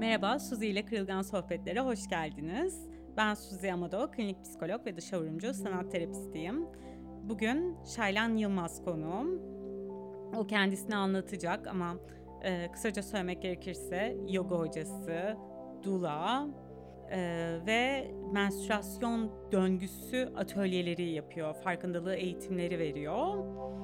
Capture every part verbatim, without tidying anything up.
Merhaba, Suzi ile Kırılgan Sohbetlere hoş geldiniz. Ben Suzi Amado, klinik psikolog ve dışavurumcu sanat terapistiyim. Bugün Şaylan Yılmaz konuğum. O kendisini anlatacak ama e, kısaca söylemek gerekirse yoga hocası, dula e, ve menstrüasyon döngüsü atölyeleri yapıyor, farkındalığı eğitimleri veriyor.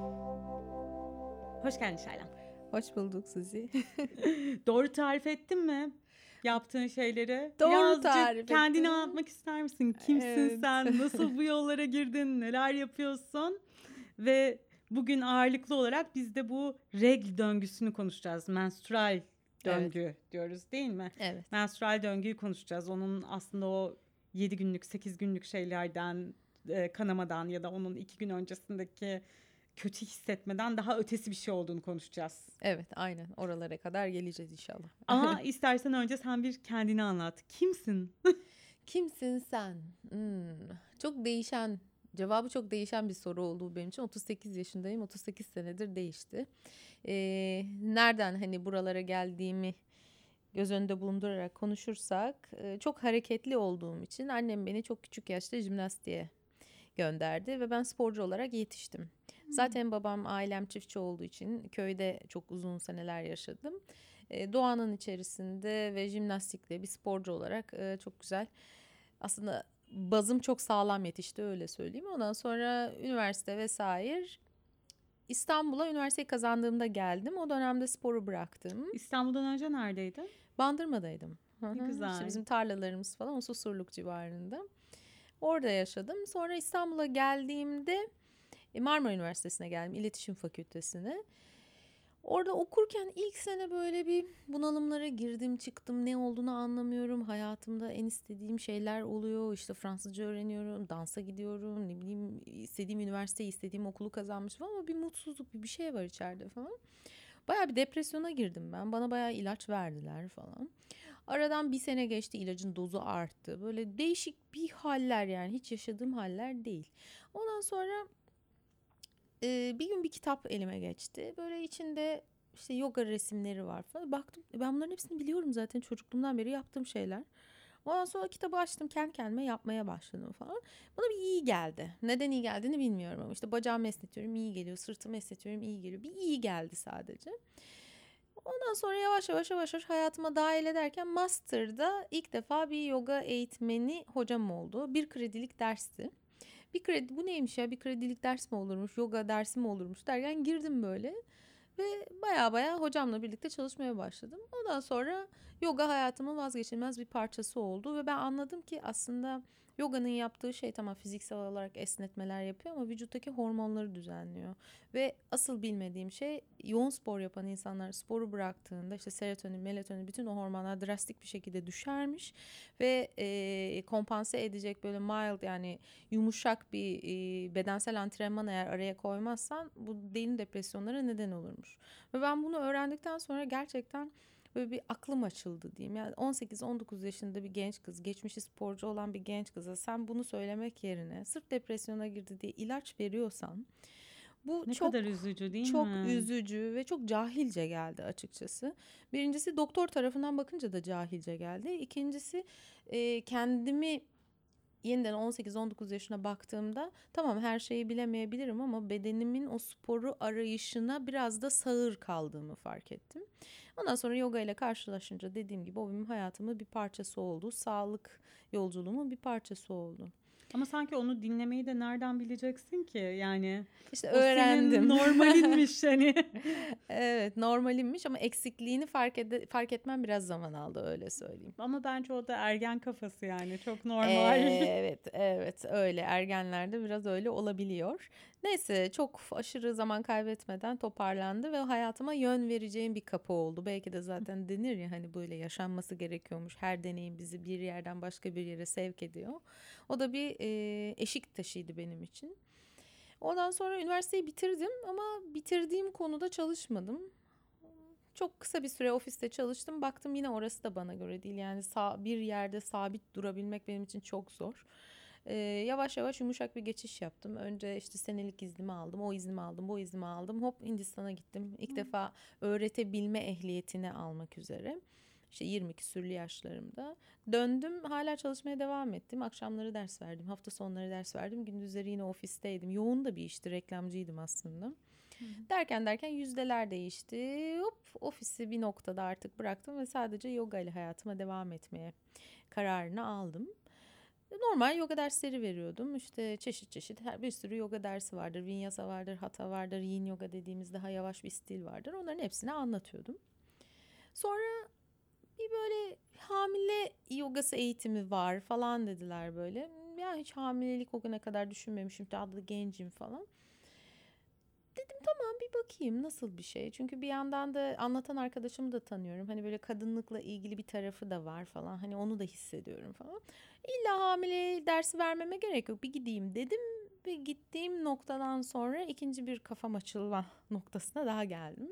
Hoş geldin Şaylan. Hoş bulduk Suzi. Doğru tarif ettin mi yaptığın şeyleri? Doğru Birazcık tarif kendini ettim. anlatmak ister misin? Kimsin Evet. sen? Nasıl bu yollara girdin? Neler yapıyorsun? Ve bugün ağırlıklı olarak biz de bu regl döngüsünü konuşacağız. Menstrual döngü evet. diyoruz değil mi? Evet. Menstrual döngüyü konuşacağız. Onun aslında o yedi günlük, sekiz günlük şeylerden, kanamadan ya da onun iki gün öncesindeki kötü hissetmeden daha ötesi bir şey olduğunu konuşacağız. Evet, aynen. Oralara kadar geleceğiz inşallah. Ama istersen önce sen bir kendini anlat. Kimsin? Kimsin sen? Hmm, çok değişen, cevabı çok değişen bir soru oldu benim için. otuz sekiz yaşındayım. otuz sekiz senedir değişti. Ee, nereden hani buralara geldiğimi göz önünde bulundurarak konuşursak, çok hareketli olduğum için annem beni çok küçük yaşta jimnastiğe gönderdi ve ben sporcu olarak yetiştim. Zaten babam ailem çiftçi olduğu için köyde çok uzun seneler yaşadım. E, doğanın içerisinde ve jimnastikle bir sporcu olarak e, çok güzel. Aslında bazım çok sağlam yetişti, öyle söyleyeyim. Ondan sonra üniversite vesaire. İstanbul'a üniversiteyi kazandığımda geldim. O dönemde sporu bıraktım. İstanbul'dan önce neredeydin? Bandırma'daydım. Ne güzel. İşte bizim tarlalarımız falan o Susurluk civarında. Orada yaşadım. Sonra İstanbul'a geldiğimde Marmara Üniversitesi'ne geldim. İletişim Fakültesi'ne. Orada okurken ilk sene böyle bir bunalımlara girdim çıktım. Ne olduğunu anlamıyorum. Hayatımda en istediğim şeyler oluyor. İşte Fransızca öğreniyorum. Dansa gidiyorum. Ne bileyim, istediğim üniversiteyi, istediğim okulu kazanmışım. Ama bir mutsuzluk, bir bir şey var içeride falan. Bayağı bir depresyona girdim ben. Bana bayağı ilaç verdiler falan. Aradan bir sene geçti, ilacın dozu arttı. Böyle değişik bir haller, yani hiç yaşadığım haller değil. Ondan sonra e, bir gün bir kitap elime geçti. Böyle içinde işte yoga resimleri var falan. Baktım, ben bunların hepsini biliyorum zaten, çocukluğumdan beri yaptığım şeyler. Ondan sonra kitabı açtım, kendi kendime yapmaya başladım falan. Bana bir iyi geldi. Neden iyi geldiğini bilmiyorum ama işte bacağımı esnetiyorum, iyi geliyor. Sırtımı esnetiyorum, iyi geliyor. Bir iyi geldi sadece. Ondan sonra yavaş yavaş yavaş yavaş hayatıma dahil ederken master'da ilk defa bir yoga eğitmeni hocam oldu. Bir kredilik dersti. Bir kredi, bu neymiş ya, bir kredilik ders mi olurmuş, yoga dersi mi olurmuş derken girdim böyle. Ve baya baya hocamla birlikte çalışmaya başladım. Ondan sonra yoga hayatımın vazgeçilmez bir parçası oldu. Ve ben anladım ki aslında yoganın yaptığı şey, tamam fiziksel olarak esnetmeler yapıyor ama vücuttaki hormonları düzenliyor. Ve asıl bilmediğim şey, yoğun spor yapan insanlar sporu bıraktığında işte serotonin, melatonin, bütün o hormonlar drastik bir şekilde düşermiş. Ve e, kompanse edecek böyle mild, yani yumuşak bir e, bedensel antrenman eğer araya koymazsan bu derin depresyonlara neden olurmuş. Ve ben bunu öğrendikten sonra gerçekten böyle bir aklım açıldı diyeyim. Yani on sekiz on dokuz yaşında bir genç kız, geçmişi sporcu olan bir genç kıza sen bunu söylemek yerine sırf depresyona girdi diye ilaç veriyorsan, bu ne çok kadar üzücü değil çok mi? üzücü ve çok cahilce geldi açıkçası. Birincisi doktor tarafından bakınca da cahilce geldi. İkincisi e, kendimi yeniden on sekiz on dokuz yaşına baktığımda, tamam her şeyi bilemeyebilirim ama bedenimin o sporu arayışına biraz da sağır kaldığımı fark ettim. Ondan sonra yoga ile karşılaşınca dediğim gibi o benim hayatımın bir parçası oldu. Sağlık yolculuğumun bir parçası oldu. Ama sanki onu dinlemeyi de nereden bileceksin ki? Yani İşte o öğrendim. senin normalinmiş hani. Evet, normalinmiş ama eksikliğini fark, ede- fark etmem biraz zaman aldı, öyle söyleyeyim. Ama bence o da ergen kafası, yani çok normal. Evet, evet öyle. Ergenlerde biraz öyle olabiliyor. Neyse, çok aşırı zaman kaybetmeden toparlandı ve hayatıma yön vereceğim bir kapı oldu. Belki de zaten denir ya hani, böyle yaşanması gerekiyormuş. Her deneyim bizi bir yerden başka bir yere sevk ediyor. O da bir e, eşik taşıydı benim için. Ondan sonra üniversiteyi bitirdim ama bitirdiğim konuda çalışmadım. Çok kısa bir süre ofiste çalıştım. Baktım yine orası da bana göre değil. Yani sağ, bir yerde sabit durabilmek benim için çok zor. Ee, yavaş yavaş yumuşak bir geçiş yaptım. Önce işte senelik iznimi aldım. O iznimi aldım, bu iznimi aldım. Hop Hindistan'a gittim. İlk defa öğretebilme ehliyetini almak üzere. İşte yirmi küsürlü yaşlarımda. Döndüm, hala çalışmaya devam ettim. Akşamları ders verdim, hafta sonları ders verdim. Gündüzleri yine ofisteydim. Yoğun da bir işti, reklamcıydım aslında. Hı hı. Derken derken yüzdeler değişti. Hop, ofisi bir noktada artık bıraktım ve sadece yoga ile hayatıma devam etmeye kararını aldım. Normal yoga dersleri veriyordum. İşte çeşit çeşit her bir sürü yoga dersi vardır. Vinyasa vardır, hatha vardır, yin yoga dediğimiz daha yavaş bir stil vardır. Onların hepsini anlatıyordum. Sonra bir böyle hamile yogası eğitimi var falan dediler böyle. Ya hiç hamilelik o güne kadar düşünmemişim. Daha da gencim falan. Dedim tamam bir bakayım nasıl bir şey. Çünkü bir yandan da anlatan arkadaşımı da tanıyorum. Hani böyle kadınlıkla ilgili bir tarafı da var falan. Hani onu da hissediyorum falan. İlla hamile dersi vermeme gerek yok. Bir gideyim dedim ve gittiğim noktadan sonra ikinci bir kafam açılma noktasına daha geldim.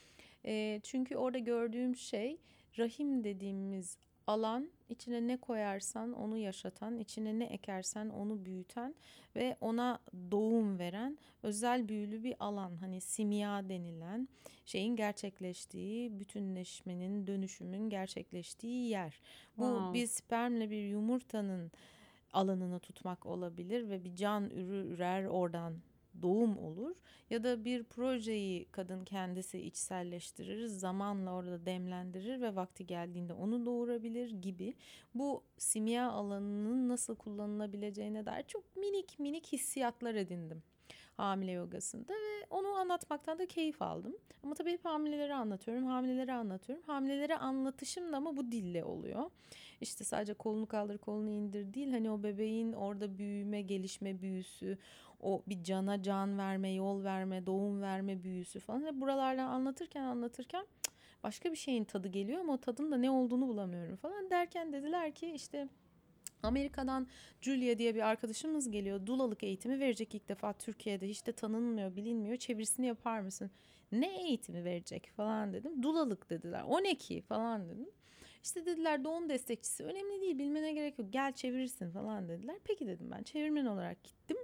E, çünkü orada gördüğüm şey rahim dediğimiz alan, içine ne koyarsan onu yaşatan, içine ne ekersen onu büyüten ve ona doğum veren özel büyülü bir alan. Hani simya denilen şeyin gerçekleştiği, bütünleşmenin, dönüşümün gerçekleştiği yer. Bu Wow. bir spermle bir yumurtanın alanını tutmak olabilir ve bir can ürü ürer oradan doğum olur ya da bir projeyi kadın kendisi içselleştirir, zamanla orada demlendirir ve vakti geldiğinde onu doğurabilir gibi. Bu simya alanının nasıl kullanılabileceğine dair çok minik minik hissiyatlar edindim hamile yogasında ve onu anlatmaktan da keyif aldım. Ama tabii hep hamileleri anlatıyorum, hamileleri anlatıyorum. Hamileleri anlatışım da ama bu dille oluyor. İşte sadece kolunu kaldır, kolunu indir değil. Hani o bebeğin orada büyüme, gelişme büyüsü, o bir cana can verme, yol verme, doğum verme büyüsü falan. Ve buralardan anlatırken anlatırken başka bir şeyin tadı geliyor ama o tadın da ne olduğunu bulamıyorum falan derken dediler ki işte Amerika'dan Julia diye bir arkadaşımız geliyor. Dulalık eğitimi verecek ilk defa Türkiye'de. Hiç de tanınmıyor, bilinmiyor. Çevirisini yapar mısın? Ne eğitimi verecek falan dedim. Dulalık dediler. O ne ki falan dedim. İşte dediler doğum destekçisi. Önemli değil, bilmene gerek yok. Gel çevirirsin falan dediler. Peki dedim, ben çevirmen olarak gittim.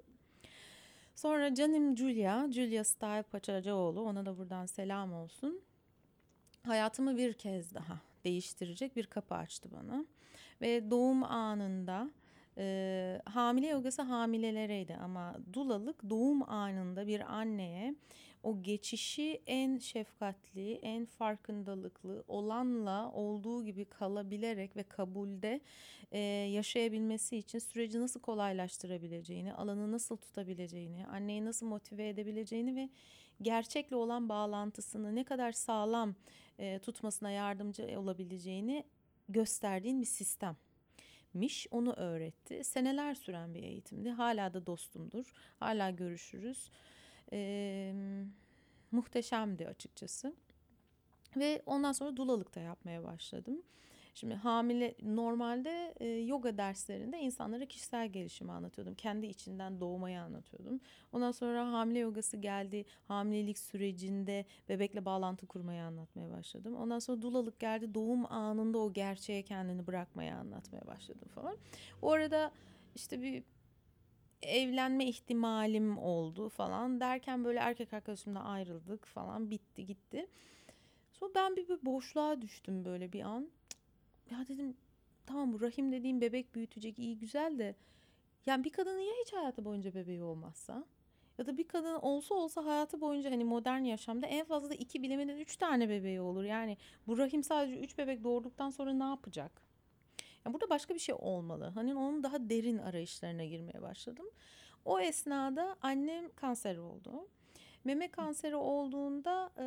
Sonra canım Julia, Julia Style Paçacıoğlu, ona da buradan selam olsun. Hayatımı bir kez daha değiştirecek bir kapı açtı bana. Ve doğum anında e, hamile yogası hamilelereydi ama dulalık doğum anında bir anneye o geçişi en şefkatli, en farkındalıklı olanla olduğu gibi kalabilerek ve kabulde e, yaşayabilmesi için süreci nasıl kolaylaştırabileceğini, alanı nasıl tutabileceğini, anneyi nasıl motive edebileceğini ve gerçekle olan bağlantısını ne kadar sağlam e, tutmasına yardımcı olabileceğini gösterdiğin bir sistemmiş. Onu öğretti. Seneler süren bir eğitimdi. Hala da dostumdur. Hala görüşürüz. E, muhteşemdi açıkçası. Ve ondan sonra dulalık da yapmaya başladım. Şimdi hamile normalde e, yoga derslerinde insanlara kişisel gelişimi anlatıyordum. Kendi içinden doğmayı anlatıyordum. Ondan sonra hamile yogası geldi. Hamilelik sürecinde bebekle bağlantı kurmayı anlatmaya başladım. Ondan sonra dulalık geldi. Doğum anında o gerçeğe kendini bırakmayı anlatmaya başladım falan. O arada işte bir evlenme ihtimalim oldu falan derken böyle erkek arkadaşımla ayrıldık falan, bitti gitti. Sonra ben bir, bir boşluğa düştüm böyle bir an. Ya dedim tamam, bu rahim dediğim bebek büyütecek, iyi güzel de yani bir kadının ya hiç hayatı boyunca bebeği olmazsa ya da bir kadın olsa olsa hayatı boyunca hani modern yaşamda en fazla iki, bilemeden üç tane bebeği olur. Yani bu rahim sadece üç bebek doğurduktan sonra ne yapacak? Yani burada başka bir şey olmalı. Hani onun daha derin arayışlarına girmeye başladım. O esnada annem kanser oldu. Meme kanseri olduğunda e,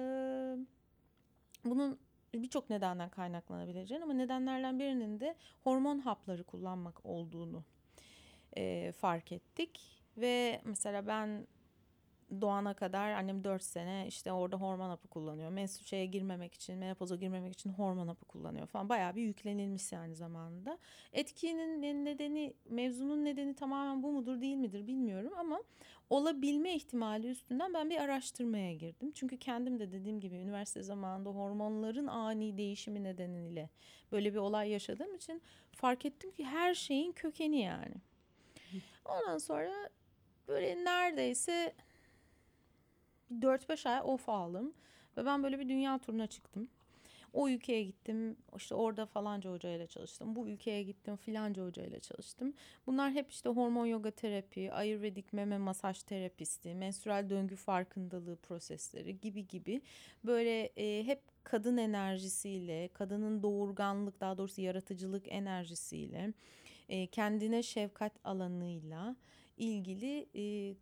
bunun birçok nedenden kaynaklanabileceğini ama nedenlerden birinin de hormon hapları kullanmak olduğunu e, fark ettik. Ve mesela ben doğana kadar annem dört sene işte orada hormon hapı kullanıyor. Menstrual şeye girmemek için, menopoza girmemek için hormon hapı kullanıyor falan. Bayağı bir yüklenilmiş yani zamanında. Etkinin nedeni, mevzunun nedeni tamamen bu mudur değil midir bilmiyorum ama olabilme ihtimali üstünden ben bir araştırmaya girdim. Çünkü kendim de dediğim gibi üniversite zamanında hormonların ani değişimi nedeniyle böyle bir olay yaşadığım için fark ettim ki her şeyin kökeni yani. Ondan sonra böyle neredeyse dört beş ay off aldım ve ben böyle bir dünya turuna çıktım. O ülkeye gittim, işte orada falanca hocayla çalıştım. Bu ülkeye gittim, filanca hocayla çalıştım. Bunlar hep işte hormon yoga terapi, ayurvedik meme masaj terapisti, menstrüel döngü farkındalığı prosesleri gibi gibi böyle e, hep kadın enerjisiyle, kadının doğurganlık, daha doğrusu yaratıcılık enerjisiyle, e, kendine şefkat alanıyla ilgili e,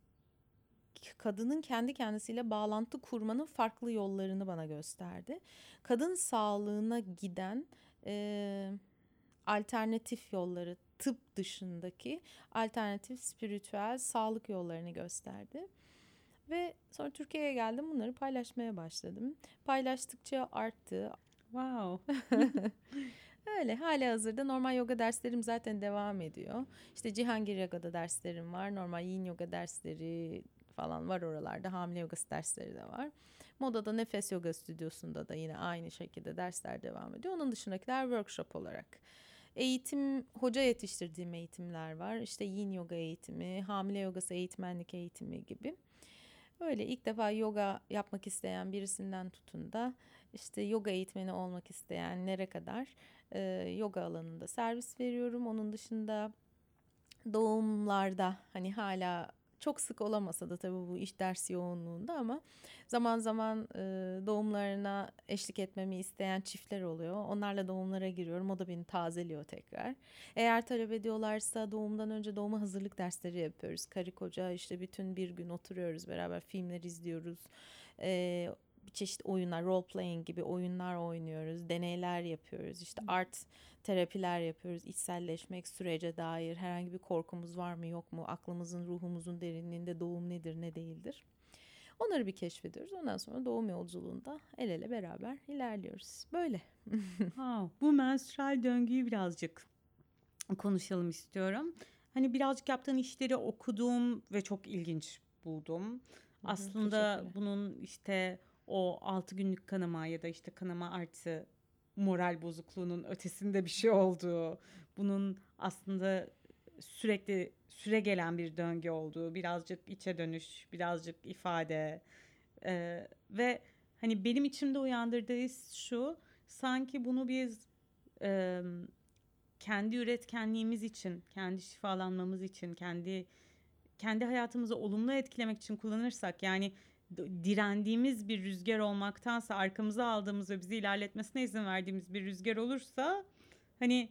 kadının kendi kendisiyle bağlantı kurmanın farklı yollarını bana gösterdi. Kadın sağlığına giden e, alternatif yolları, tıp dışındaki alternatif spiritüel sağlık yollarını gösterdi. Ve sonra Türkiye'ye geldim, bunları paylaşmaya başladım. Paylaştıkça arttı. Wow. Öyle, hali hazırda normal yoga derslerim zaten devam ediyor. İşte Cihangir Yoga'da derslerim var. Normal Yin Yoga dersleri falan var oralarda. Hamile yogası dersleri de var. Moda'da Nefes Yoga Stüdyosu'nda da yine aynı şekilde dersler devam ediyor. Onun dışındakiler workshop olarak. Eğitim, hoca yetiştirdiğim eğitimler var. İşte Yin Yoga eğitimi, hamile yogası eğitmenlik eğitimi gibi. Öyle ilk defa yoga yapmak isteyen birisinden tutun da işte yoga eğitmeni olmak isteyenlere kadar e, yoga alanında servis veriyorum. Onun dışında doğumlarda hani hala çok sık olamasa da tabii bu iş ders yoğunluğunda ama zaman zaman e, doğumlarına eşlik etmemi isteyen çiftler oluyor. Onlarla doğumlara giriyorum. O da beni tazeliyor tekrar. Eğer talep ediyorlarsa doğumdan önce doğuma hazırlık dersleri yapıyoruz. Karı koca işte bütün bir gün oturuyoruz beraber, filmler izliyoruz. E, bir çeşit oyunlar, role playing gibi oyunlar oynuyoruz. Deneyler yapıyoruz. İşte art terapiler yapıyoruz. İçselleşmek, sürece dair herhangi bir korkumuz var mı yok mu? Aklımızın, ruhumuzun derinliğinde doğum nedir, ne değildir? Onları bir keşfediyoruz. Ondan sonra doğum yolculuğunda el ele beraber ilerliyoruz. Böyle. Ha, bu menstrual döngüyü birazcık konuşalım istiyorum. Hani birazcık yaptığın işleri okudum ve çok ilginç buldum. Aslında bunun işte o altı günlük kanama ya da işte kanama artı moral bozukluğunun ötesinde bir şey olduğu, bunun aslında sürekli süre gelen bir döngü olduğu, birazcık içe dönüş, birazcık ifade Ee, ve hani benim içimde uyandırdığı his şu, sanki bunu biz e, kendi üretkenliğimiz için, kendi şifalanmamız için, kendi kendi hayatımızı olumlu etkilemek için kullanırsak, yani direndiğimiz bir rüzgar olmaktansa arkamıza aldığımız ve bizi ilerletmesine izin verdiğimiz bir rüzgar olursa hani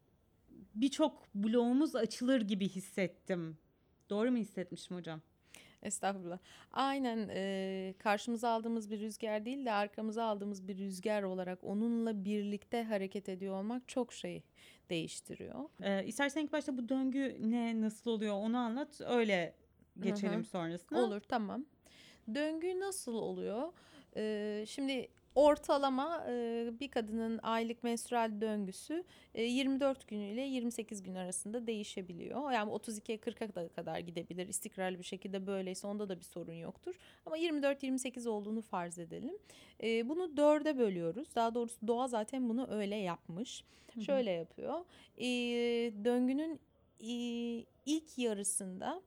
birçok bloğumuz açılır gibi hissettim. Doğru mu hissetmişim hocam? Estağfurullah. Aynen, e, karşımıza aldığımız bir rüzgar değil de arkamıza aldığımız bir rüzgar olarak onunla birlikte hareket ediyor olmak çok şey değiştiriyor. Ee, istersen ilk başta bu döngü ne, nasıl oluyor onu anlat. Öyle geçelim Hı hı. sonrasına. Olur, tamam. Döngü nasıl oluyor? Ee, şimdi ortalama e, bir kadının aylık menstrual döngüsü e, yirmi dört gün ile yirmi sekiz gün arasında değişebiliyor. Yani otuz ikiye kırka da kadar gidebilir. İstikrarlı bir şekilde böyleyse onda da bir sorun yoktur. Ama yirmi dört yirmi sekiz olduğunu farz edelim. E, bunu dörde bölüyoruz. Daha doğrusu doğa zaten bunu öyle yapmış. Hı hı. Şöyle yapıyor. E, döngünün e, ilk yarısında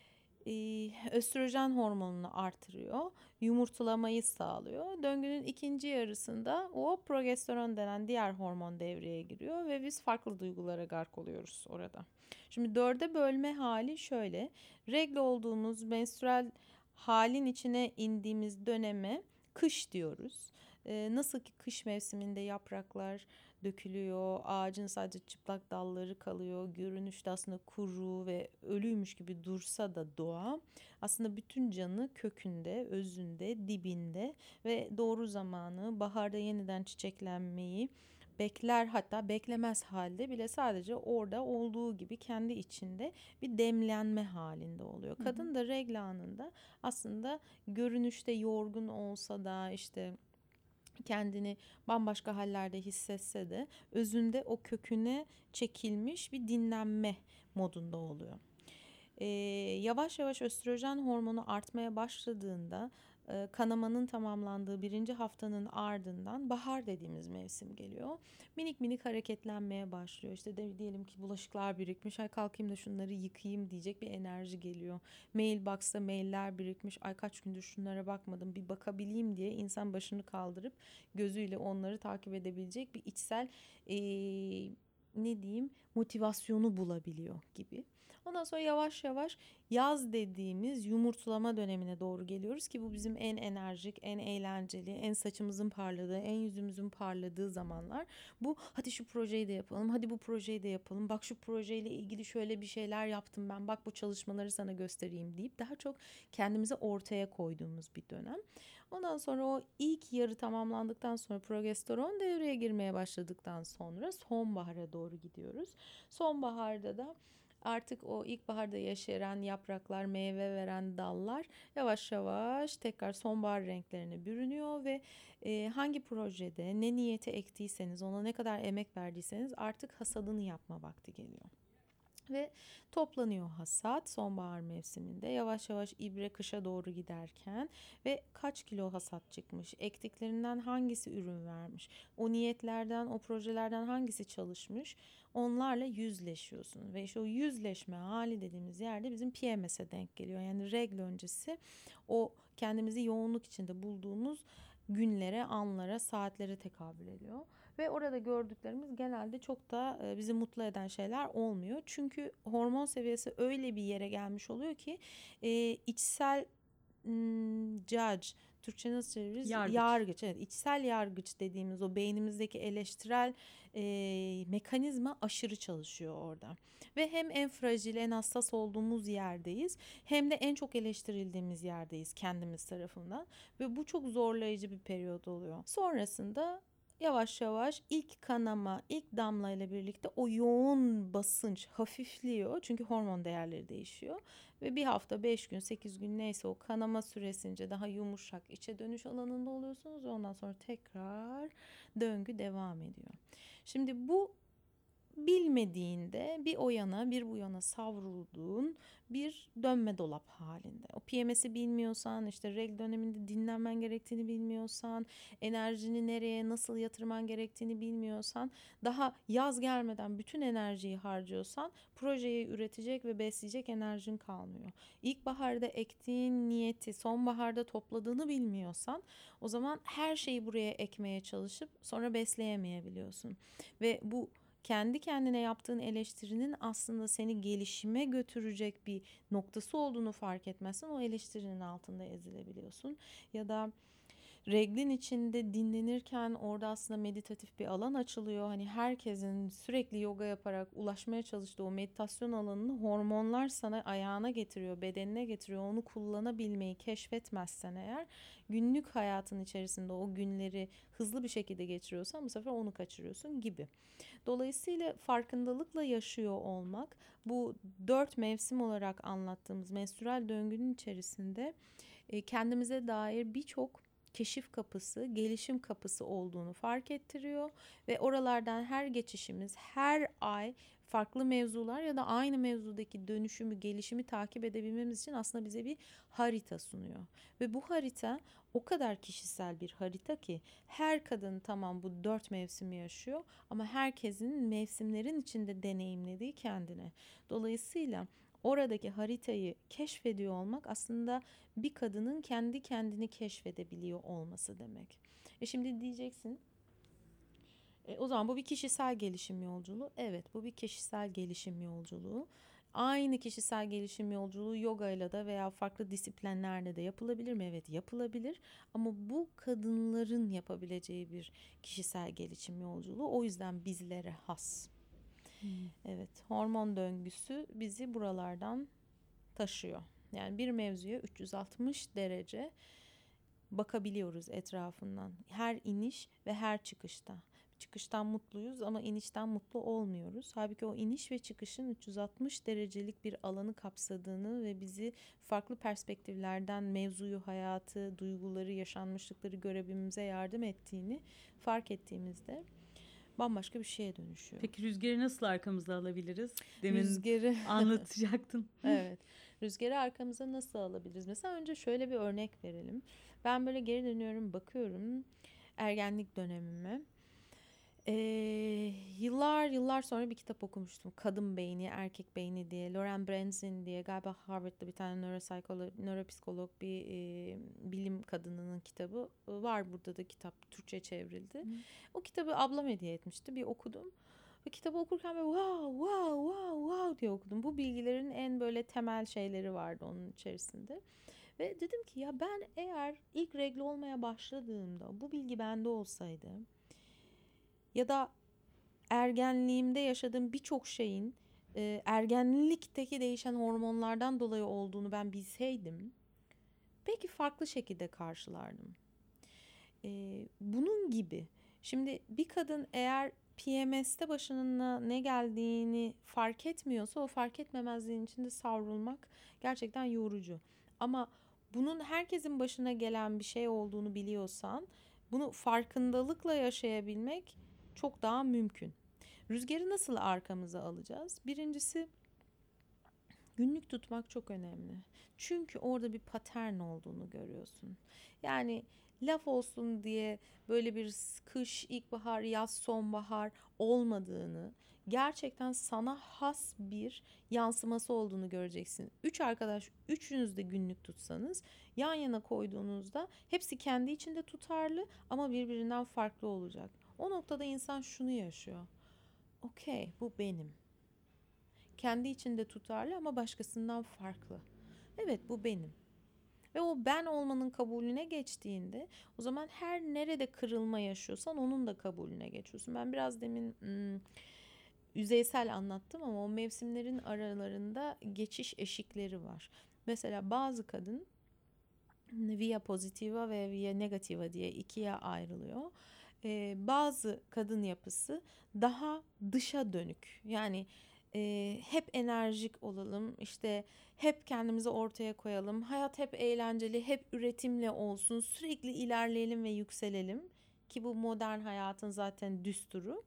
e, östrojen hormonunu artırıyor, yumurtlamayı sağlıyor. Döngünün ikinci yarısında o progesteron denen diğer hormon devreye giriyor ve biz farklı duygulara gark oluyoruz orada. Şimdi dörde bölme hali şöyle: regl olduğumuz menstrual halin içine indiğimiz döneme kış diyoruz. Ee, nasıl ki kış mevsiminde yapraklar dökülüyor, ağacın sadece çıplak dalları kalıyor, görünüşte aslında kuru ve ölüymüş gibi dursa da doğa aslında bütün canı kökünde, özünde, dibinde ve doğru zamanı, baharda yeniden çiçeklenmeyi bekler, hatta beklemez halde bile sadece orada olduğu gibi kendi içinde bir demlenme halinde oluyor. Kadın da regl anında aslında görünüşte yorgun olsa da işte kendini bambaşka hallerde hissetse de özünde o köküne çekilmiş bir dinlenme modunda oluyor. Ee, yavaş yavaş östrojen hormonu artmaya başladığında e, kanamanın tamamlandığı birinci haftanın ardından bahar dediğimiz mevsim geliyor. Minik minik hareketlenmeye başlıyor. İşte de, diyelim ki bulaşıklar birikmiş. Ay kalkayım da şunları yıkayayım diyecek bir enerji geliyor. Mailbox'ta mailler birikmiş. Ay kaç gündür şunlara bakmadım, bir bakabileyim diye insan başını kaldırıp gözüyle onları takip edebilecek bir içsel e, ne diyeyim motivasyonu bulabiliyor gibi. Ondan sonra yavaş yavaş yaz dediğimiz yumurtlama dönemine doğru geliyoruz ki bu bizim en enerjik, en eğlenceli, en saçımızın parladığı, en yüzümüzün parladığı zamanlar. Bu hadi şu projeyi de yapalım, hadi bu projeyi de yapalım. Bak şu projeyle ilgili şöyle bir şeyler yaptım ben. Bak bu çalışmaları sana göstereyim deyip daha çok kendimizi ortaya koyduğumuz bir dönem. Ondan sonra o ilk yarı tamamlandıktan sonra progesteron devreye girmeye başladıktan sonra sonbahara doğru gidiyoruz. Sonbaharda da artık o ilkbaharda yeşeren yapraklar, meyve veren dallar yavaş yavaş tekrar sonbahar renklerine bürünüyor ve e, hangi projede ne niyete ektiyseniz, ona ne kadar emek verdiyseniz artık hasadını yapma vakti geliyor. Ve toplanıyor hasat sonbahar mevsiminde, yavaş yavaş ibre kışa doğru giderken ve kaç kilo hasat çıkmış, ektiklerinden hangisi ürün vermiş, o niyetlerden, o projelerden hangisi çalışmış, onlarla yüzleşiyorsun. Ve işte o yüzleşme hali dediğimiz yerde bizim P M S'e denk geliyor. Yani regl öncesi o kendimizi yoğunluk içinde bulduğumuz günlere, anlara, saatlere tekabül ediyor. Ve orada gördüklerimiz genelde çok da bizi mutlu eden şeyler olmuyor. Çünkü hormon seviyesi öyle bir yere gelmiş oluyor ki e, içsel m, judge, Türkçe nasıl çeviririz? Yargıç. Yargıç. Evet, içsel yargıç dediğimiz o beynimizdeki eleştirel e, mekanizma aşırı çalışıyor orada. Ve hem en fragil, en hassas olduğumuz yerdeyiz, hem de en çok eleştirildiğimiz yerdeyiz kendimiz tarafından. Ve bu çok zorlayıcı bir periyot oluyor. Sonrasında yavaş yavaş ilk kanama, ilk damla ile birlikte o yoğun basınç hafifliyor. Çünkü hormon değerleri değişiyor. Ve bir hafta, beş gün, sekiz gün neyse o kanama süresince daha yumuşak içe dönüş alanında oluyorsunuz. Ve ondan sonra tekrar döngü devam ediyor. Şimdi bu bilmediğinde bir o yana bir bu yana savrulduğun bir dönme dolap halinde. O P M S'i bilmiyorsan, işte regl döneminde dinlenmen gerektiğini bilmiyorsan, enerjini nereye nasıl yatırman gerektiğini bilmiyorsan, daha yaz gelmeden bütün enerjiyi harcıyorsan projeyi üretecek ve besleyecek enerjin kalmıyor. İlkbaharda ektiğin niyeti sonbaharda topladığını bilmiyorsan o zaman her şeyi buraya ekmeye çalışıp sonra besleyemeyebiliyorsun. Ve bu kendi kendine yaptığın eleştirinin aslında seni gelişime götürecek bir noktası olduğunu fark etmezsen o eleştirinin altında ezilebiliyorsun. Ya da reglin içinde dinlenirken orada aslında meditatif bir alan açılıyor. Hani herkesin sürekli yoga yaparak ulaşmaya çalıştığı o meditasyon alanını hormonlar sana ayağına getiriyor, bedenine getiriyor. Onu kullanabilmeyi keşfetmezsen eğer günlük hayatın içerisinde o günleri hızlı bir şekilde geçiriyorsan bu sefer onu kaçırıyorsun gibi. Dolayısıyla farkındalıkla yaşıyor olmak bu dört mevsim olarak anlattığımız menstrüel döngünün içerisinde kendimize dair birçok keşif kapısı, gelişim kapısı olduğunu fark ettiriyor ve oralardan her geçişimiz, her ay farklı mevzular ya da aynı mevzudaki dönüşümü, gelişimi takip edebilmemiz için aslında bize bir harita sunuyor. Ve bu harita o kadar kişisel bir harita ki her kadın tamam bu dört mevsimi yaşıyor ama herkesin mevsimlerin içinde deneyimlediği kendine. Dolayısıyla oradaki haritayı keşfediyor olmak aslında bir kadının kendi kendini keşfedebiliyor olması demek. E şimdi diyeceksin, e o zaman bu bir kişisel gelişim yolculuğu. Evet, bu bir kişisel gelişim yolculuğu. Aynı kişisel gelişim yolculuğu yoga ile de veya farklı disiplinlerle de yapılabilir mi? Evet, yapılabilir. Ama bu kadınların yapabileceği bir kişisel gelişim yolculuğu. O yüzden bizlere has. Hmm. Evet, hormon döngüsü bizi buralardan taşıyor. Yani bir mevzuya üç yüz altmış derece bakabiliyoruz etrafından. Her iniş ve her çıkışta. Çıkıştan mutluyuz ama inişten mutlu olmuyoruz. Halbuki o iniş ve çıkışın üç yüz altmış derecelik bir alanı kapsadığını ve bizi farklı perspektiflerden mevzuyu, hayatı, duyguları, yaşanmışlıkları görebilmemize yardım ettiğini fark ettiğimizde bambaşka bir şeye dönüşüyor. Peki rüzgarı nasıl arkamıza alabiliriz? Demin Rüzgarı anlatacaktın. evet. Rüzgarı arkamıza nasıl alabiliriz? Mesela önce şöyle bir örnek verelim. Ben böyle geri dönüyorum, bakıyorum ergenlik dönemime. Ee, yıllar yıllar sonra bir kitap okumuştum. Kadın Beyni, Erkek Beyni diye. Lauren Branzin diye, galiba Harvard'da bir tane nöropsikolog, nöropsikolog bir e, bilim kadınının kitabı var. Burada da kitap Türkçe çevrildi. Hı. O kitabı ablam hediye etmişti. Bir okudum. Ve kitabı okurken böyle wow wow wow wow diye okudum. Bu bilgilerin en böyle temel şeyleri vardı onun içerisinde. Ve dedim ki ya ben eğer ilk regl olmaya başladığımda bu bilgi bende olsaydı ya da ergenliğimde yaşadığım birçok şeyin e, ergenlikteki değişen hormonlardan dolayı olduğunu ben bilseydim belki farklı şekilde karşılardım. E, bunun gibi. Şimdi bir kadın eğer P M S'te başına ne geldiğini fark etmiyorsa o fark etmemezliğin içinde savrulmak gerçekten yorucu. Ama bunun herkesin başına gelen bir şey olduğunu biliyorsan bunu farkındalıkla yaşayabilmek çok daha mümkün. Rüzgarı nasıl arkamıza alacağız? Birincisi günlük tutmak çok önemli. Çünkü orada bir patern olduğunu görüyorsun. Yani laf olsun diye böyle bir kış, ilkbahar, yaz, sonbahar olmadığını, gerçekten sana has bir yansıması olduğunu göreceksin. Üç arkadaş, üçünüz de günlük tutsanız, yan yana koyduğunuzda hepsi kendi içinde tutarlı ama birbirinden farklı olacak. O noktada insan şunu yaşıyor. Okey, bu benim. Kendi içinde tutarlı ama başkasından farklı. Evet, bu benim. Ve o ben olmanın kabulüne geçtiğinde o zaman her nerede kırılma yaşıyorsan onun da kabulüne geçiyorsun. Ben biraz demin hmm, yüzeysel anlattım ama o mevsimlerin aralarında geçiş eşikleri var. Mesela bazı kadın via pozitiva ve via negativa diye ikiye ayrılıyor. Ee, bazı kadın yapısı daha dışa dönük. Yani e, hep enerjik olalım, işte hep kendimizi ortaya koyalım, hayat hep eğlenceli, hep üretimle olsun, sürekli ilerleyelim ve yükselelim ki bu modern hayatın zaten düsturu.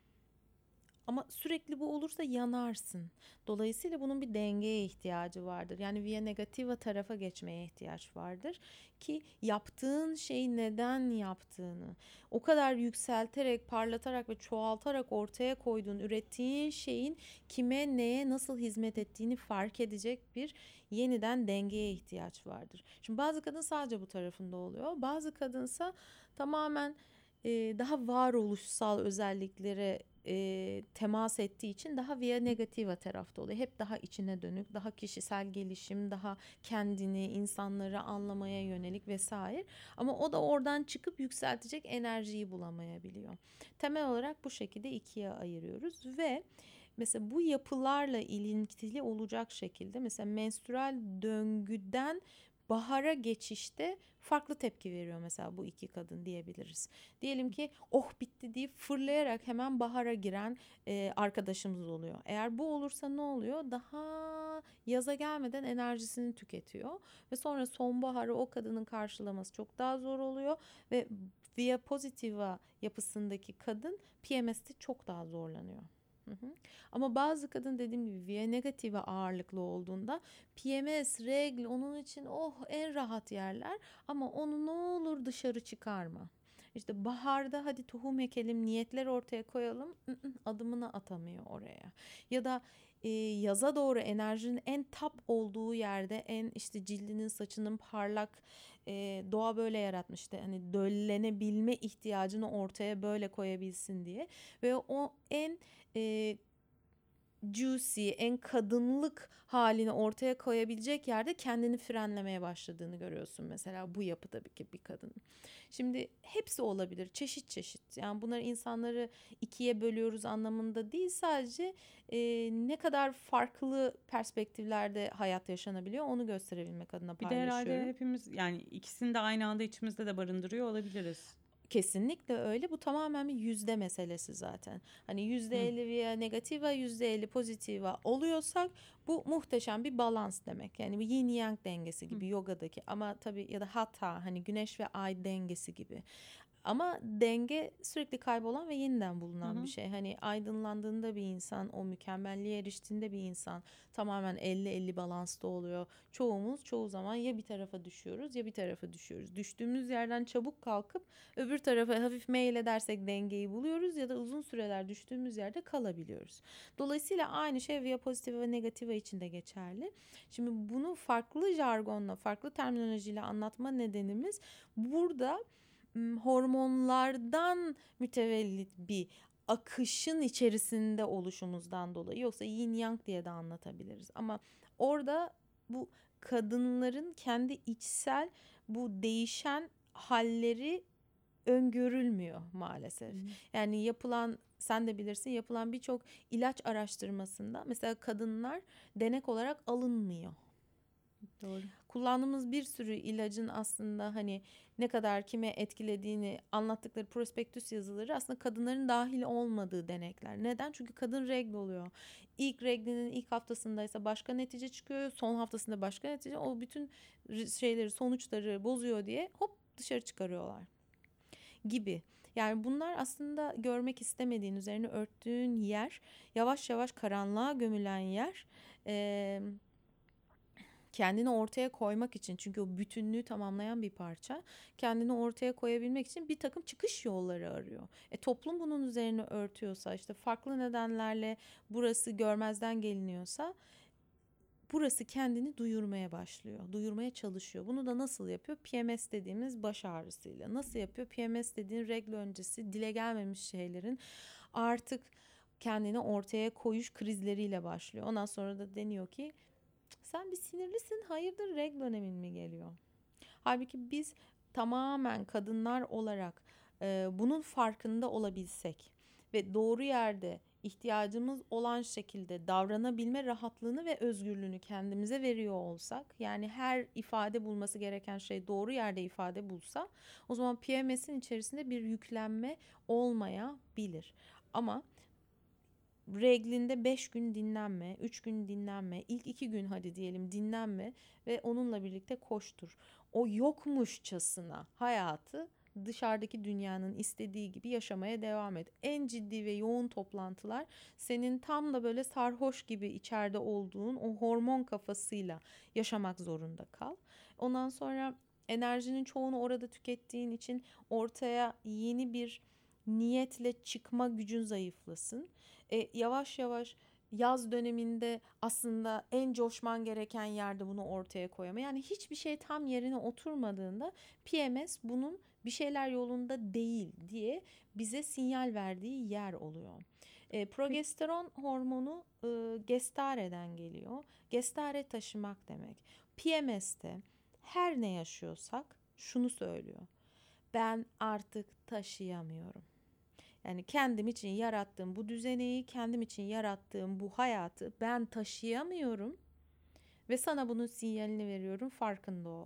Ama sürekli bu olursa yanarsın. Dolayısıyla bunun bir dengeye ihtiyacı vardır. Yani via negativa tarafa geçmeye ihtiyaç vardır ki yaptığın şeyi neden yaptığını, o kadar yükselterek, parlatarak ve çoğaltarak ortaya koyduğun, ürettiğin şeyin kime, neye, nasıl hizmet ettiğini fark edecek bir yeniden dengeye ihtiyaç vardır. Şimdi bazı kadın sadece bu tarafında oluyor. Bazı kadınsa tamamen e, daha varoluşsal özelliklere e, temas ettiği için daha via negativa tarafta oluyor. Hep daha içine dönük, daha kişisel gelişim, daha kendini, insanları anlamaya yönelik vesaire. Ama o da oradan çıkıp yükseltecek enerjiyi bulamayabiliyor. Temel olarak bu şekilde ikiye ayırıyoruz ve mesela bu yapılarla ilintili olacak şekilde mesela menstrüel döngüden bahara geçişte farklı tepki veriyor mesela bu iki kadın diyebiliriz. Diyelim ki oh bitti deyip fırlayarak hemen bahara giren e, arkadaşımız oluyor. Eğer bu olursa ne oluyor? Daha yaza gelmeden enerjisini tüketiyor ve sonra sonbaharı o kadının karşılaması çok daha zor oluyor ve via positiva yapısındaki kadın P M S'te çok daha zorlanıyor. Hı hı. Ama bazı kadın dediğim gibi via negative ağırlıklı olduğunda P M S, regl onun için oh en rahat yerler ama onu ne olur dışarı çıkarma. İşte baharda hadi tohum ekelim, niyetler ortaya koyalım, adımını atamıyor oraya. Ya da e, yaza doğru enerjinin en tap olduğu yerde, en işte cildinin, saçının parlak, e, doğa böyle yaratmıştı. Hani döllenebilme ihtiyacını ortaya böyle koyabilsin diye ve o en e, juicy, en kadınlık halini ortaya koyabilecek yerde kendini frenlemeye başladığını görüyorsun mesela bu yapıdaki bir kadın. Şimdi hepsi olabilir, çeşit çeşit. Yani bunları insanları ikiye bölüyoruz anlamında değil, sadece e, ne kadar farklı perspektiflerde hayat yaşanabiliyor onu gösterebilmek adına Bir de paylaşıyorum. herhalde hepimiz yani ikisini de aynı anda içimizde de barındırıyor olabiliriz. Kesinlikle öyle. Bu tamamen bir yüzde meselesi zaten. Hani yüzde elli via negativa, yüzde elli pozitiva oluyorsak bu muhteşem bir balans demek. Yani bir yin yang dengesi gibi Hı. yogadaki ama tabii ya da hatha hani güneş ve ay dengesi gibi. Ama denge sürekli kaybolan ve yeniden bulunan Hı hı. bir şey. Hani aydınlandığında bir insan, o mükemmelliğe eriştiğinde bir insan tamamen elli elli balansta oluyor. Çoğumuz çoğu zaman ya bir tarafa düşüyoruz ya bir tarafa düşüyoruz. Düştüğümüz yerden çabuk kalkıp öbür tarafa hafif meyil edersek dengeyi buluyoruz ya da uzun süreler düştüğümüz yerde kalabiliyoruz. Dolayısıyla aynı şey via pozitiva ve negativa için de geçerli. Şimdi bunu farklı jargonla, farklı terminolojiyle anlatma nedenimiz burada hormonlardan mütevellit bir akışın içerisinde oluşumuzdan dolayı. Yoksa yin yang diye de anlatabiliriz. Ama orada bu kadınların kendi içsel bu değişen halleri öngörülmüyor maalesef. Hmm. Yani yapılan, sen de bilirsin, yapılan birçok ilaç araştırmasında mesela kadınlar denek olarak alınmıyor. Doğru. Kullandığımız bir sürü ilacın aslında hani ne kadar kime etkilediğini anlattıkları prospektüs yazıları aslında kadınların dahil olmadığı denekler. Neden? Çünkü kadın regl oluyor. İlk reglinin ilk haftasındaysa başka netice çıkıyor. Son haftasında başka netice. O bütün şeyleri, sonuçları bozuyor diye hop dışarı çıkarıyorlar gibi. Yani bunlar aslında görmek istemediğin, üzerine örttüğün yer, yavaş yavaş karanlığa gömülen yer. Eee kendini ortaya koymak için, çünkü o bütünlüğü tamamlayan bir parça, kendini ortaya koyabilmek için bir takım çıkış yolları arıyor. E, toplum bunun üzerine örtüyorsa, işte farklı nedenlerle burası görmezden geliniyorsa, burası kendini duyurmaya başlıyor, duyurmaya çalışıyor. Bunu da nasıl yapıyor? P M S dediğimiz baş ağrısıyla. Nasıl yapıyor? P M S dediğin regl öncesi dile gelmemiş şeylerin artık kendini ortaya koyuş krizleriyle başlıyor. Ondan sonra da deniyor ki sen bir sinirlisin, hayırdır, regl dönemin mi geliyor? Halbuki biz tamamen kadınlar olarak e, bunun farkında olabilsek ve doğru yerde ihtiyacımız olan şekilde davranabilme rahatlığını ve özgürlüğünü kendimize veriyor olsak, yani her ifade bulması gereken şey doğru yerde ifade bulsa, o zaman P M S'in içerisinde bir yüklenme olmayabilir. Ama reglinde beş gün dinlenme, üç gün dinlenme, ilk iki gün hadi diyelim dinlenme ve onunla birlikte koştur. O yokmuşçasına hayatı dışarıdaki dünyanın istediği gibi yaşamaya devam et. En ciddi ve yoğun toplantılar senin tam da böyle sarhoş gibi içeride olduğun o hormon kafasıyla yaşamak zorunda kal. Ondan sonra enerjinin çoğunu orada tükettiğin için ortaya yeni bir niyetle çıkma gücün zayıflasın. E, yavaş yavaş yaz döneminde aslında en coşman gereken yerde bunu ortaya koyama. Yani hiçbir şey tam yerine oturmadığında P M S bunun bir şeyler yolunda değil diye bize sinyal verdiği yer oluyor. E, progesteron hormonu e, gestare'den geliyor. Gestare taşımak demek. P M S'te her ne yaşıyorsak şunu söylüyor: ben artık taşıyamıyorum. Yani kendim için yarattığım bu düzeneyi, kendim için yarattığım bu hayatı ben taşıyamıyorum ve sana bunun sinyalini veriyorum, farkında ol.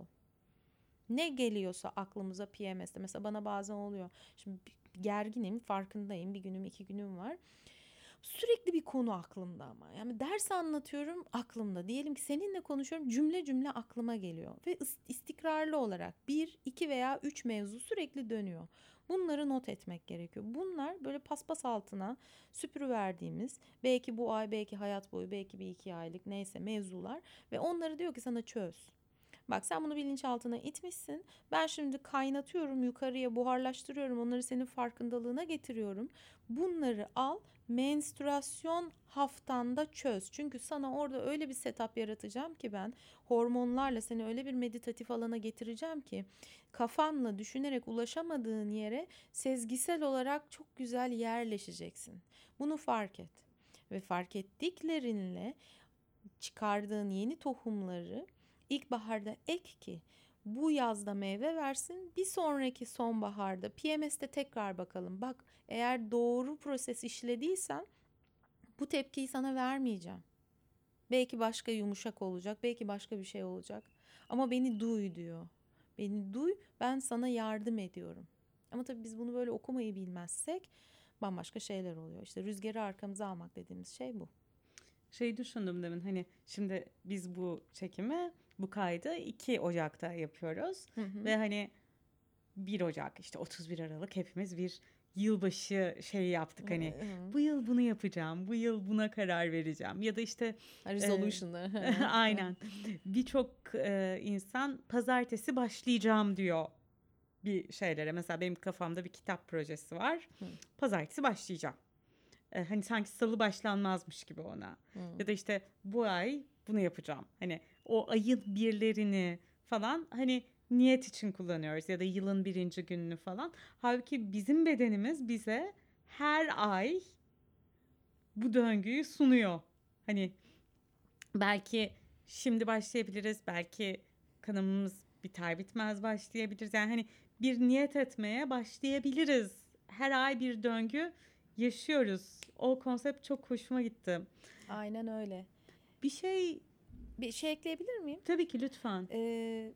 Ne geliyorsa aklımıza P M S'te, mesela bana bazen oluyor. Şimdi gerginim, farkındayım, bir günüm iki günüm var. Sürekli bir konu aklımda ama. Yani ders anlatıyorum, aklımda. Diyelim ki seninle konuşuyorum, cümle cümle aklıma geliyor. Ve istikrarlı olarak bir, iki veya üç mevzu sürekli dönüyor. Bunları not etmek gerekiyor. Bunlar böyle paspas altına süpürüverdiğimiz, belki bu ay, belki hayat boyu, belki bir iki aylık neyse mevzular. Ve onları diyor ki sana çöz. Bak, sen bunu bilinçaltına itmişsin. Ben şimdi kaynatıyorum, yukarıya buharlaştırıyorum. Onları senin farkındalığına getiriyorum. Bunları al, menstrüasyon haftanda çöz. Çünkü sana orada öyle bir setup yaratacağım ki ben, hormonlarla seni öyle bir meditatif alana getireceğim ki kafanla düşünerek ulaşamadığın yere sezgisel olarak çok güzel yerleşeceksin. Bunu fark et. Ve fark ettiklerinle çıkardığın yeni tohumları İlkbaharda ek ki bu yazda meyve versin. Bir sonraki sonbaharda P M S'te tekrar bakalım. Bak, eğer doğru proses işlediysen bu tepkiyi sana vermeyeceğim. Belki başka yumuşak olacak, belki başka bir şey olacak. Ama beni duy diyor. Beni duy, ben sana yardım ediyorum. Ama tabii biz bunu böyle okumayı bilmezsek bambaşka şeyler oluyor. İşte rüzgarı arkamıza almak dediğimiz şey bu. Şey düşündüm demin, hani şimdi biz bu çekimi, bu kaydı iki Ocak'ta yapıyoruz. Hı hı. Ve hani bir Ocak işte otuz bir Aralık hepimiz bir yılbaşı şeyi yaptık hani bu yıl bunu yapacağım, bu yıl buna karar vereceğim ya da işte resolution'lar. E, aynen birçok e, insan pazartesi başlayacağım diyor bir şeylere. Mesela benim kafamda bir kitap projesi var. Hı. Pazartesi başlayacağım. Ee, hani sanki salı başlanmazmış gibi ona. Hı. Ya da işte bu ay bunu yapacağım. Hani o ayın birlerini falan hani niyet için kullanıyoruz ya da yılın birinci gününü falan. Halbuki bizim bedenimiz bize her ay bu döngüyü sunuyor. Hani belki şimdi başlayabiliriz, belki kanımız biter bitmez başlayabiliriz. Yani hani bir niyet etmeye başlayabiliriz. Her ay bir döngü yaşıyoruz. O konsept çok hoşuma gitti. Aynen öyle. Bir şey bir şey ekleyebilir miyim? Tabii ki lütfen. Ee,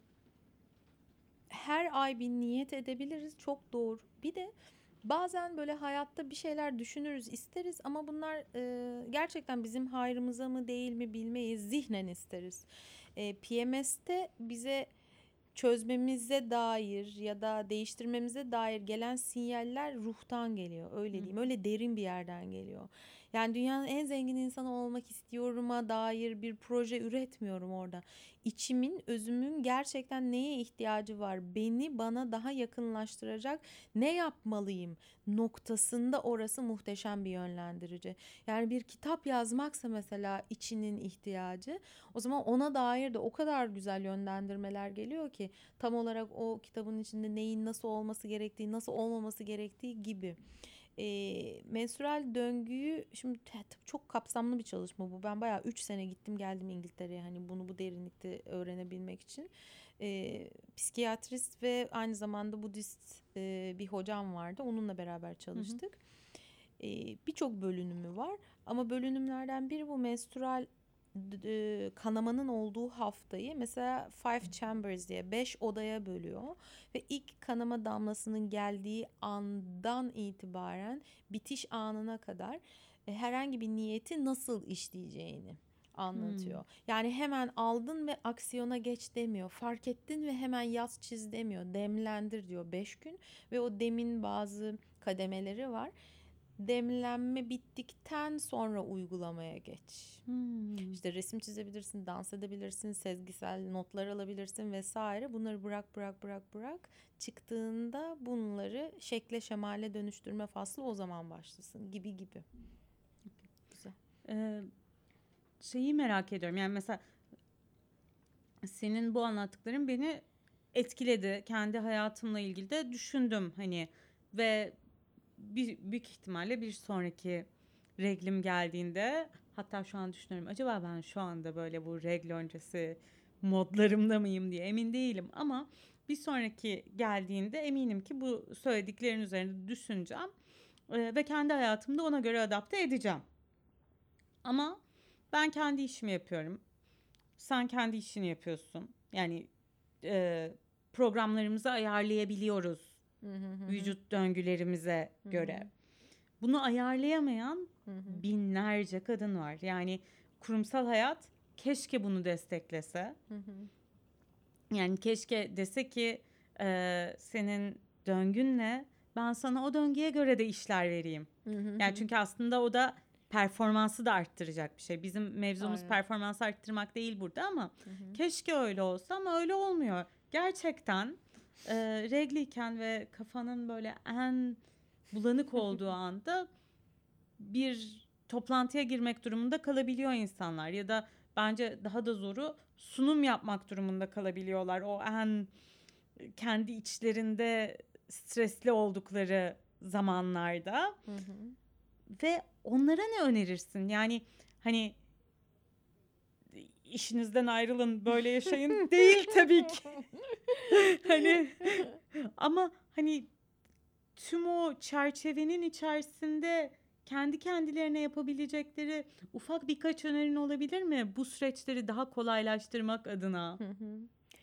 her ay bir niyet edebiliriz. Çok doğru. Bir de bazen böyle hayatta bir şeyler düşünürüz, isteriz ama bunlar e, gerçekten bizim hayrımıza mı değil mi bilmeyiz. Zihnen isteriz. E, P M S'te bize çözmemize dair ya da değiştirmemize dair gelen sinyaller ruhtan geliyor. Öyle diyeyim. Öyle derin bir yerden geliyor. Yani dünyanın en zengin insanı olmak istiyorum'a dair bir proje üretmiyorum orada. İçimin, özümün gerçekten neye ihtiyacı var? Beni bana daha yakınlaştıracak ne yapmalıyım noktasında orası muhteşem bir yönlendirici. Yani bir kitap yazmaksa mesela içinin ihtiyacı, o zaman ona dair de o kadar güzel yönlendirmeler geliyor ki tam olarak o kitabın içinde neyin nasıl olması gerektiği, nasıl olmaması gerektiği gibi. E, menstrual döngüyü şimdi çok kapsamlı bir çalışma bu. Ben bayağı üç sene gittim geldim İngiltere'ye hani bunu bu derinlikte öğrenebilmek için. E, psikiyatrist ve aynı zamanda Budist e, bir hocam vardı. Onunla beraber çalıştık. E, Birçok bölünümü var ama bölünümlerden biri bu menstrual kanamanın olduğu haftayı mesela five chambers diye beş odaya bölüyor ve ilk kanama damlasının geldiği andan itibaren bitiş anına kadar herhangi bir niyeti nasıl işleyeceğini anlatıyor. Hmm. Yani hemen aldın ve aksiyona geç demiyor. Fark ettin ve hemen yaz çiz demiyor. Demlendir diyor beş gün ve o demin bazı kademeleri var. Demlenme bittikten sonra uygulamaya geç. Hmm. İşte resim çizebilirsin, dans edebilirsin, sezgisel notlar alabilirsin vesaire. Bunları bırak bırak bırak bırak. Çıktığında bunları şekle şemale dönüştürme faslı o zaman başlasın gibi gibi. Güzel. Ee, şeyi merak ediyorum. Yani mesela senin bu anlattıkların beni etkiledi. Kendi hayatımla ilgili de düşündüm hani ve bir, büyük ihtimalle bir sonraki reglim geldiğinde hatta şu an düşünüyorum acaba ben şu anda böyle bu regl öncesi modlarımda mıyım diye emin değilim ama bir sonraki geldiğinde eminim ki bu söylediklerin üzerinde düşüneceğim ee, ve kendi hayatımda ona göre adapte edeceğim. Ama ben kendi işimi yapıyorum. Sen kendi işini yapıyorsun. Yani e, programlarımızı ayarlayabiliyoruz. Hı hı hı. Vücut döngülerimize hı hı. göre. Bunu ayarlayamayan hı hı. binlerce kadın var. Yani kurumsal hayat keşke bunu desteklese. Hı hı. Yani keşke dese ki e, senin döngün ne? Ben sana o döngüye göre de işler vereyim. Hı hı. Yani çünkü aslında o da performansı da arttıracak bir şey. Bizim mevzumuz Aynen. performansı arttırmak değil burada ama hı hı. keşke öyle olsa ama öyle olmuyor. Gerçekten e, regliyken ve kafanın böyle en bulanık olduğu anda bir toplantıya girmek durumunda kalabiliyor insanlar ya da bence daha da zoru sunum yapmak durumunda kalabiliyorlar. O en kendi içlerinde stresli oldukları zamanlarda. Hı hı. Ve onlara ne önerirsin? Yani hani işinizden ayrılın böyle yaşayın değil tabii ki. Hani ama hani tüm o çerçevenin içerisinde kendi kendilerine yapabilecekleri ufak birkaç önerin olabilir mi? Bu süreçleri daha kolaylaştırmak adına. Hı hı.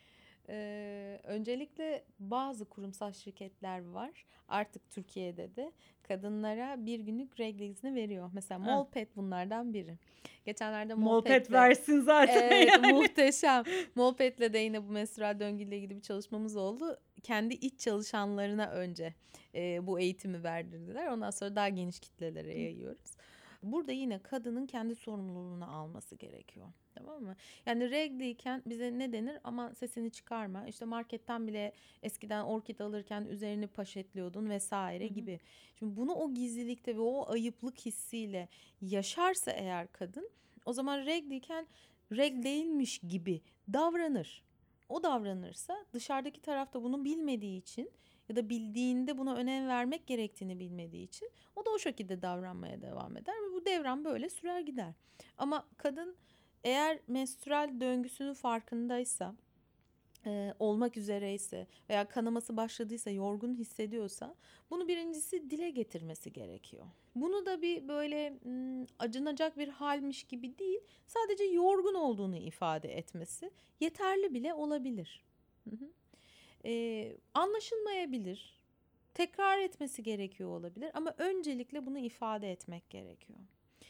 Ee, öncelikle bazı kurumsal şirketler var artık Türkiye'de de kadınlara bir günlük regl izni veriyor. Mesela Molpet bunlardan biri. Geçenlerde Molpet versin zaten. Evet, yani. Muhteşem. Molpet'le de yine bu menstrual döngüyle ilgili bir çalışmamız oldu. kendi iç çalışanlarına önce e, bu eğitimi verdirdiler. Ondan sonra daha geniş kitlelere yayıyoruz. Burada yine kadının kendi sorumluluğunu alması gerekiyor. Tamam mı? Yani regliyken bize ne denir? Aman sesini çıkarma. İşte marketten bile eskiden orkid alırken üzerini paşetliyordun vesaire Hı hı. gibi. Şimdi bunu o gizlilikte ve o ayıplık hissiyle yaşarsa eğer kadın, o zaman regliyken regl değilmiş gibi davranır. O davranırsa dışarıdaki tarafta bunu bilmediği için ya da bildiğinde buna önem vermek gerektiğini bilmediği için o da o şekilde davranmaya devam eder ve bu devran böyle sürer gider. Ama kadın eğer menstrüel döngüsünün farkındaysa, e, olmak üzereyse veya kanaması başladıysa, yorgun hissediyorsa bunu birincisi dile getirmesi gerekiyor. Bunu da bir böyle m, acınacak bir halmiş gibi değil, sadece yorgun olduğunu ifade etmesi yeterli bile olabilir. Hı hı. E, anlaşılmayabilir, tekrar etmesi gerekiyor olabilir ama öncelikle bunu ifade etmek gerekiyor.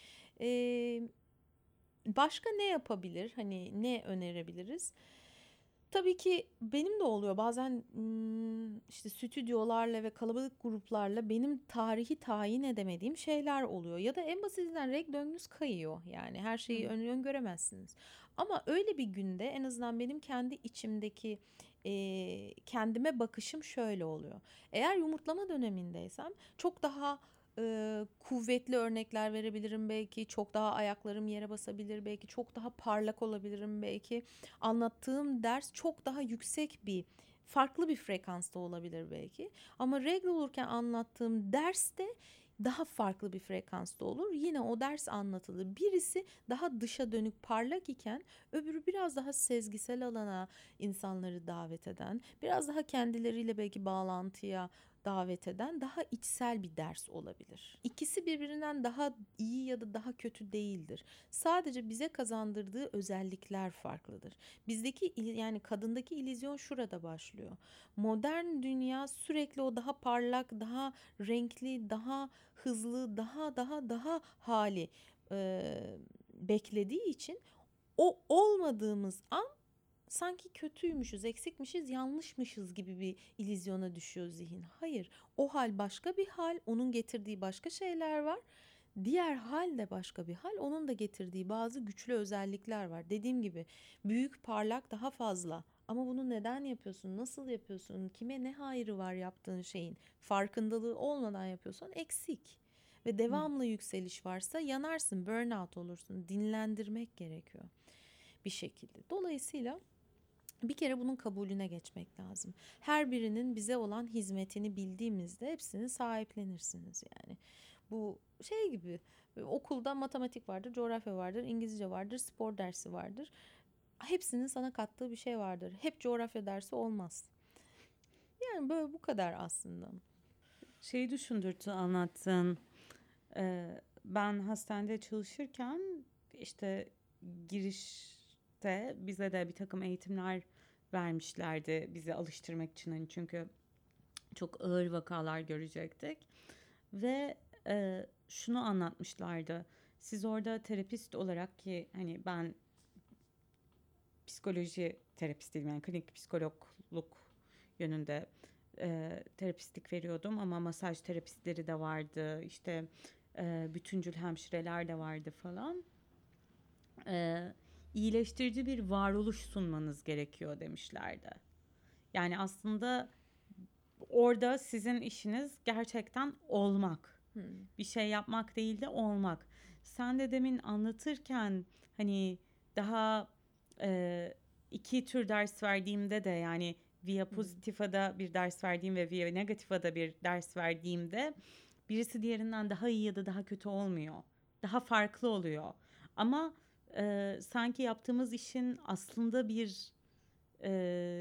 E, başka ne yapabilir? Hani ne önerebiliriz? Tabii ki benim de oluyor bazen, işte stüdyolarla ve kalabalık gruplarla benim tarihi tayin edemediğim şeyler oluyor. Ya da en basitinden regl döngünüz kayıyor, yani her Hı şeyi hı. ön öngöremezsiniz. Ama öyle bir günde en azından benim kendi içimdeki e, kendime bakışım şöyle oluyor. Eğer yumurtlama dönemindeysem çok daha e, kuvvetli örnekler verebilirim belki. Çok daha ayaklarım yere basabilir belki. Çok daha parlak olabilirim belki. Anlattığım ders çok daha yüksek bir, farklı bir frekansta olabilir belki. Ama regl olurken anlattığım ders de daha farklı bir frekansta olur. Yine o ders anlatılır. Birisi daha dışa dönük parlak iken öbürü biraz daha sezgisel alana insanları davet eden, biraz daha kendileriyle belki bağlantıya davet eden daha içsel bir ders olabilir. İkisi birbirinden daha iyi ya da daha kötü değildir. Sadece bize kazandırdığı özellikler farklıdır. Bizdeki yani kadındaki illüzyon şurada başlıyor. Modern dünya sürekli o daha parlak, daha renkli, daha hızlı, daha daha daha hali e, beklediği için o olmadığımız an sanki kötüymüşüz, eksikmişiz, yanlışmışız gibi bir illüzyona düşüyor zihin. Hayır, o hal başka bir hal, onun getirdiği başka şeyler var. Diğer hal de başka bir hal, onun da getirdiği bazı güçlü özellikler var. Dediğim gibi büyük, parlak, daha fazla. Ama bunu neden yapıyorsun, nasıl yapıyorsun, kime ne hayrı var yaptığın şeyin farkındalığı olmadan yapıyorsan eksik. Ve Hı. devamlı yükseliş varsa yanarsın, burnout olursun. Dinlendirmek gerekiyor bir şekilde. Dolayısıyla bir kere bunun kabulüne geçmek lazım. Her birinin bize olan hizmetini bildiğimizde hepsini sahiplenirsiniz yani. Bu şey gibi, okulda matematik vardır, coğrafya vardır, İngilizce vardır, spor dersi vardır. Hepsinin sana kattığı bir şey vardır. Hep coğrafya dersi olmaz. Yani böyle bu kadar aslında. Şeyi düşündürtü anlattığın. Ee, ben hastanede çalışırken işte girişte bize de bir takım eğitimler vermişlerdi bizi alıştırmak için. Hani çünkü çok ağır vakalar görecektik. Ve e, şunu anlatmışlardı. Siz orada terapist olarak, ki hani ben psikoloji terapistiyim, yani klinik psikologluk yönünde e, terapistlik veriyordum ama masaj terapistleri de vardı, işte e, bütüncül hemşireler de vardı falan. E, iyileştirici bir varoluş sunmanız gerekiyor demişlerdi. Yani aslında orada sizin işiniz gerçekten olmak. Hmm. Bir şey yapmak değil de olmak. Sen de demin anlatırken hani daha e, iki tür ders verdiğimde de, yani via pozitifada bir ders verdiğim ve via negatifada bir ders verdiğimde birisi diğerinden daha iyi ya da daha kötü olmuyor. Daha farklı oluyor. Ama e, sanki yaptığımız işin aslında bir e,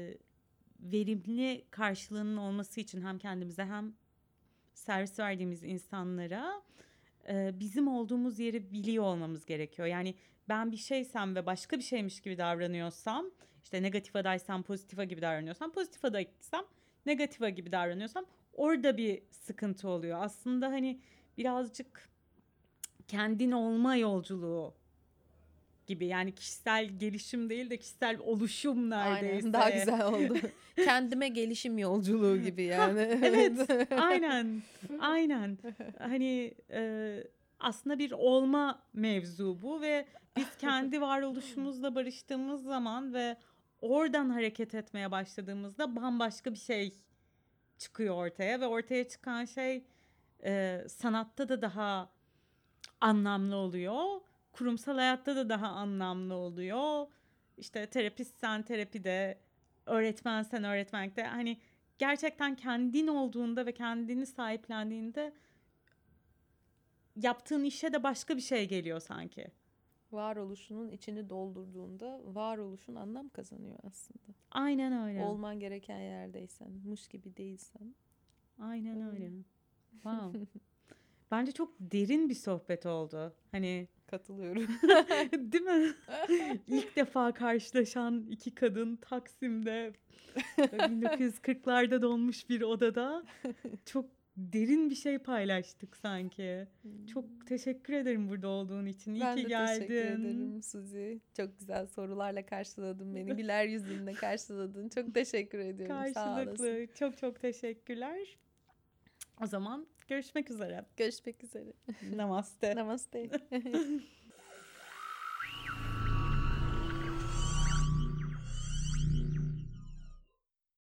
verimli karşılığının olması için hem kendimize hem servis verdiğimiz insanlara e, bizim olduğumuz yeri biliyor olmamız gerekiyor. Yani ben bir şeysem ve başka bir şeymiş gibi davranıyorsam, işte negatif adaysam pozitif gibi davranıyorsam, pozitif adaysam negatif gibi davranıyorsam orada bir sıkıntı oluyor. Aslında hani birazcık kendin olma yolculuğu gibi. Yani kişisel gelişim değil de kişisel oluşum neredeyse. Aynen, daha güzel oldu. Kendime gelişim yolculuğu gibi yani. Evet, aynen, aynen. Hani e, aslında bir olma mevzu bu ve biz kendi varoluşumuzla barıştığımız zaman ve oradan hareket etmeye başladığımızda bambaşka bir şey çıkıyor ortaya ve ortaya çıkan şey e, sanatta da daha anlamlı oluyor. Kurumsal hayatta da daha anlamlı oluyor. İşte terapistsen terapide, öğretmensen öğretmenlikte. Hani gerçekten kendin olduğunda ve kendini sahiplendiğinde yaptığın işe de başka bir şey geliyor sanki. Varoluşunun içini doldurduğunda varoluşun anlam kazanıyor aslında. Aynen öyle. Olman gereken yerdeysen, mış gibi değilsen. Aynen öyle. Wow. Bence çok derin bir sohbet oldu. Hani Katılıyorum. değil mi? İlk defa karşılaşan iki kadın Taksim'de bin dokuz yüz kırklarda donmuş bir odada çok derin bir şey paylaştık sanki. Çok teşekkür ederim burada olduğun için. İyi Ben ki de geldin. teşekkür ederim Suzi. Çok güzel sorularla karşıladın beni. Güler yüzünle karşıladın. Çok teşekkür ediyorum. Sağ olasın. Karşılıklı. Çok çok teşekkürler. O zaman görüşmek üzere. Görüşmek üzere. Namaste. Namaste.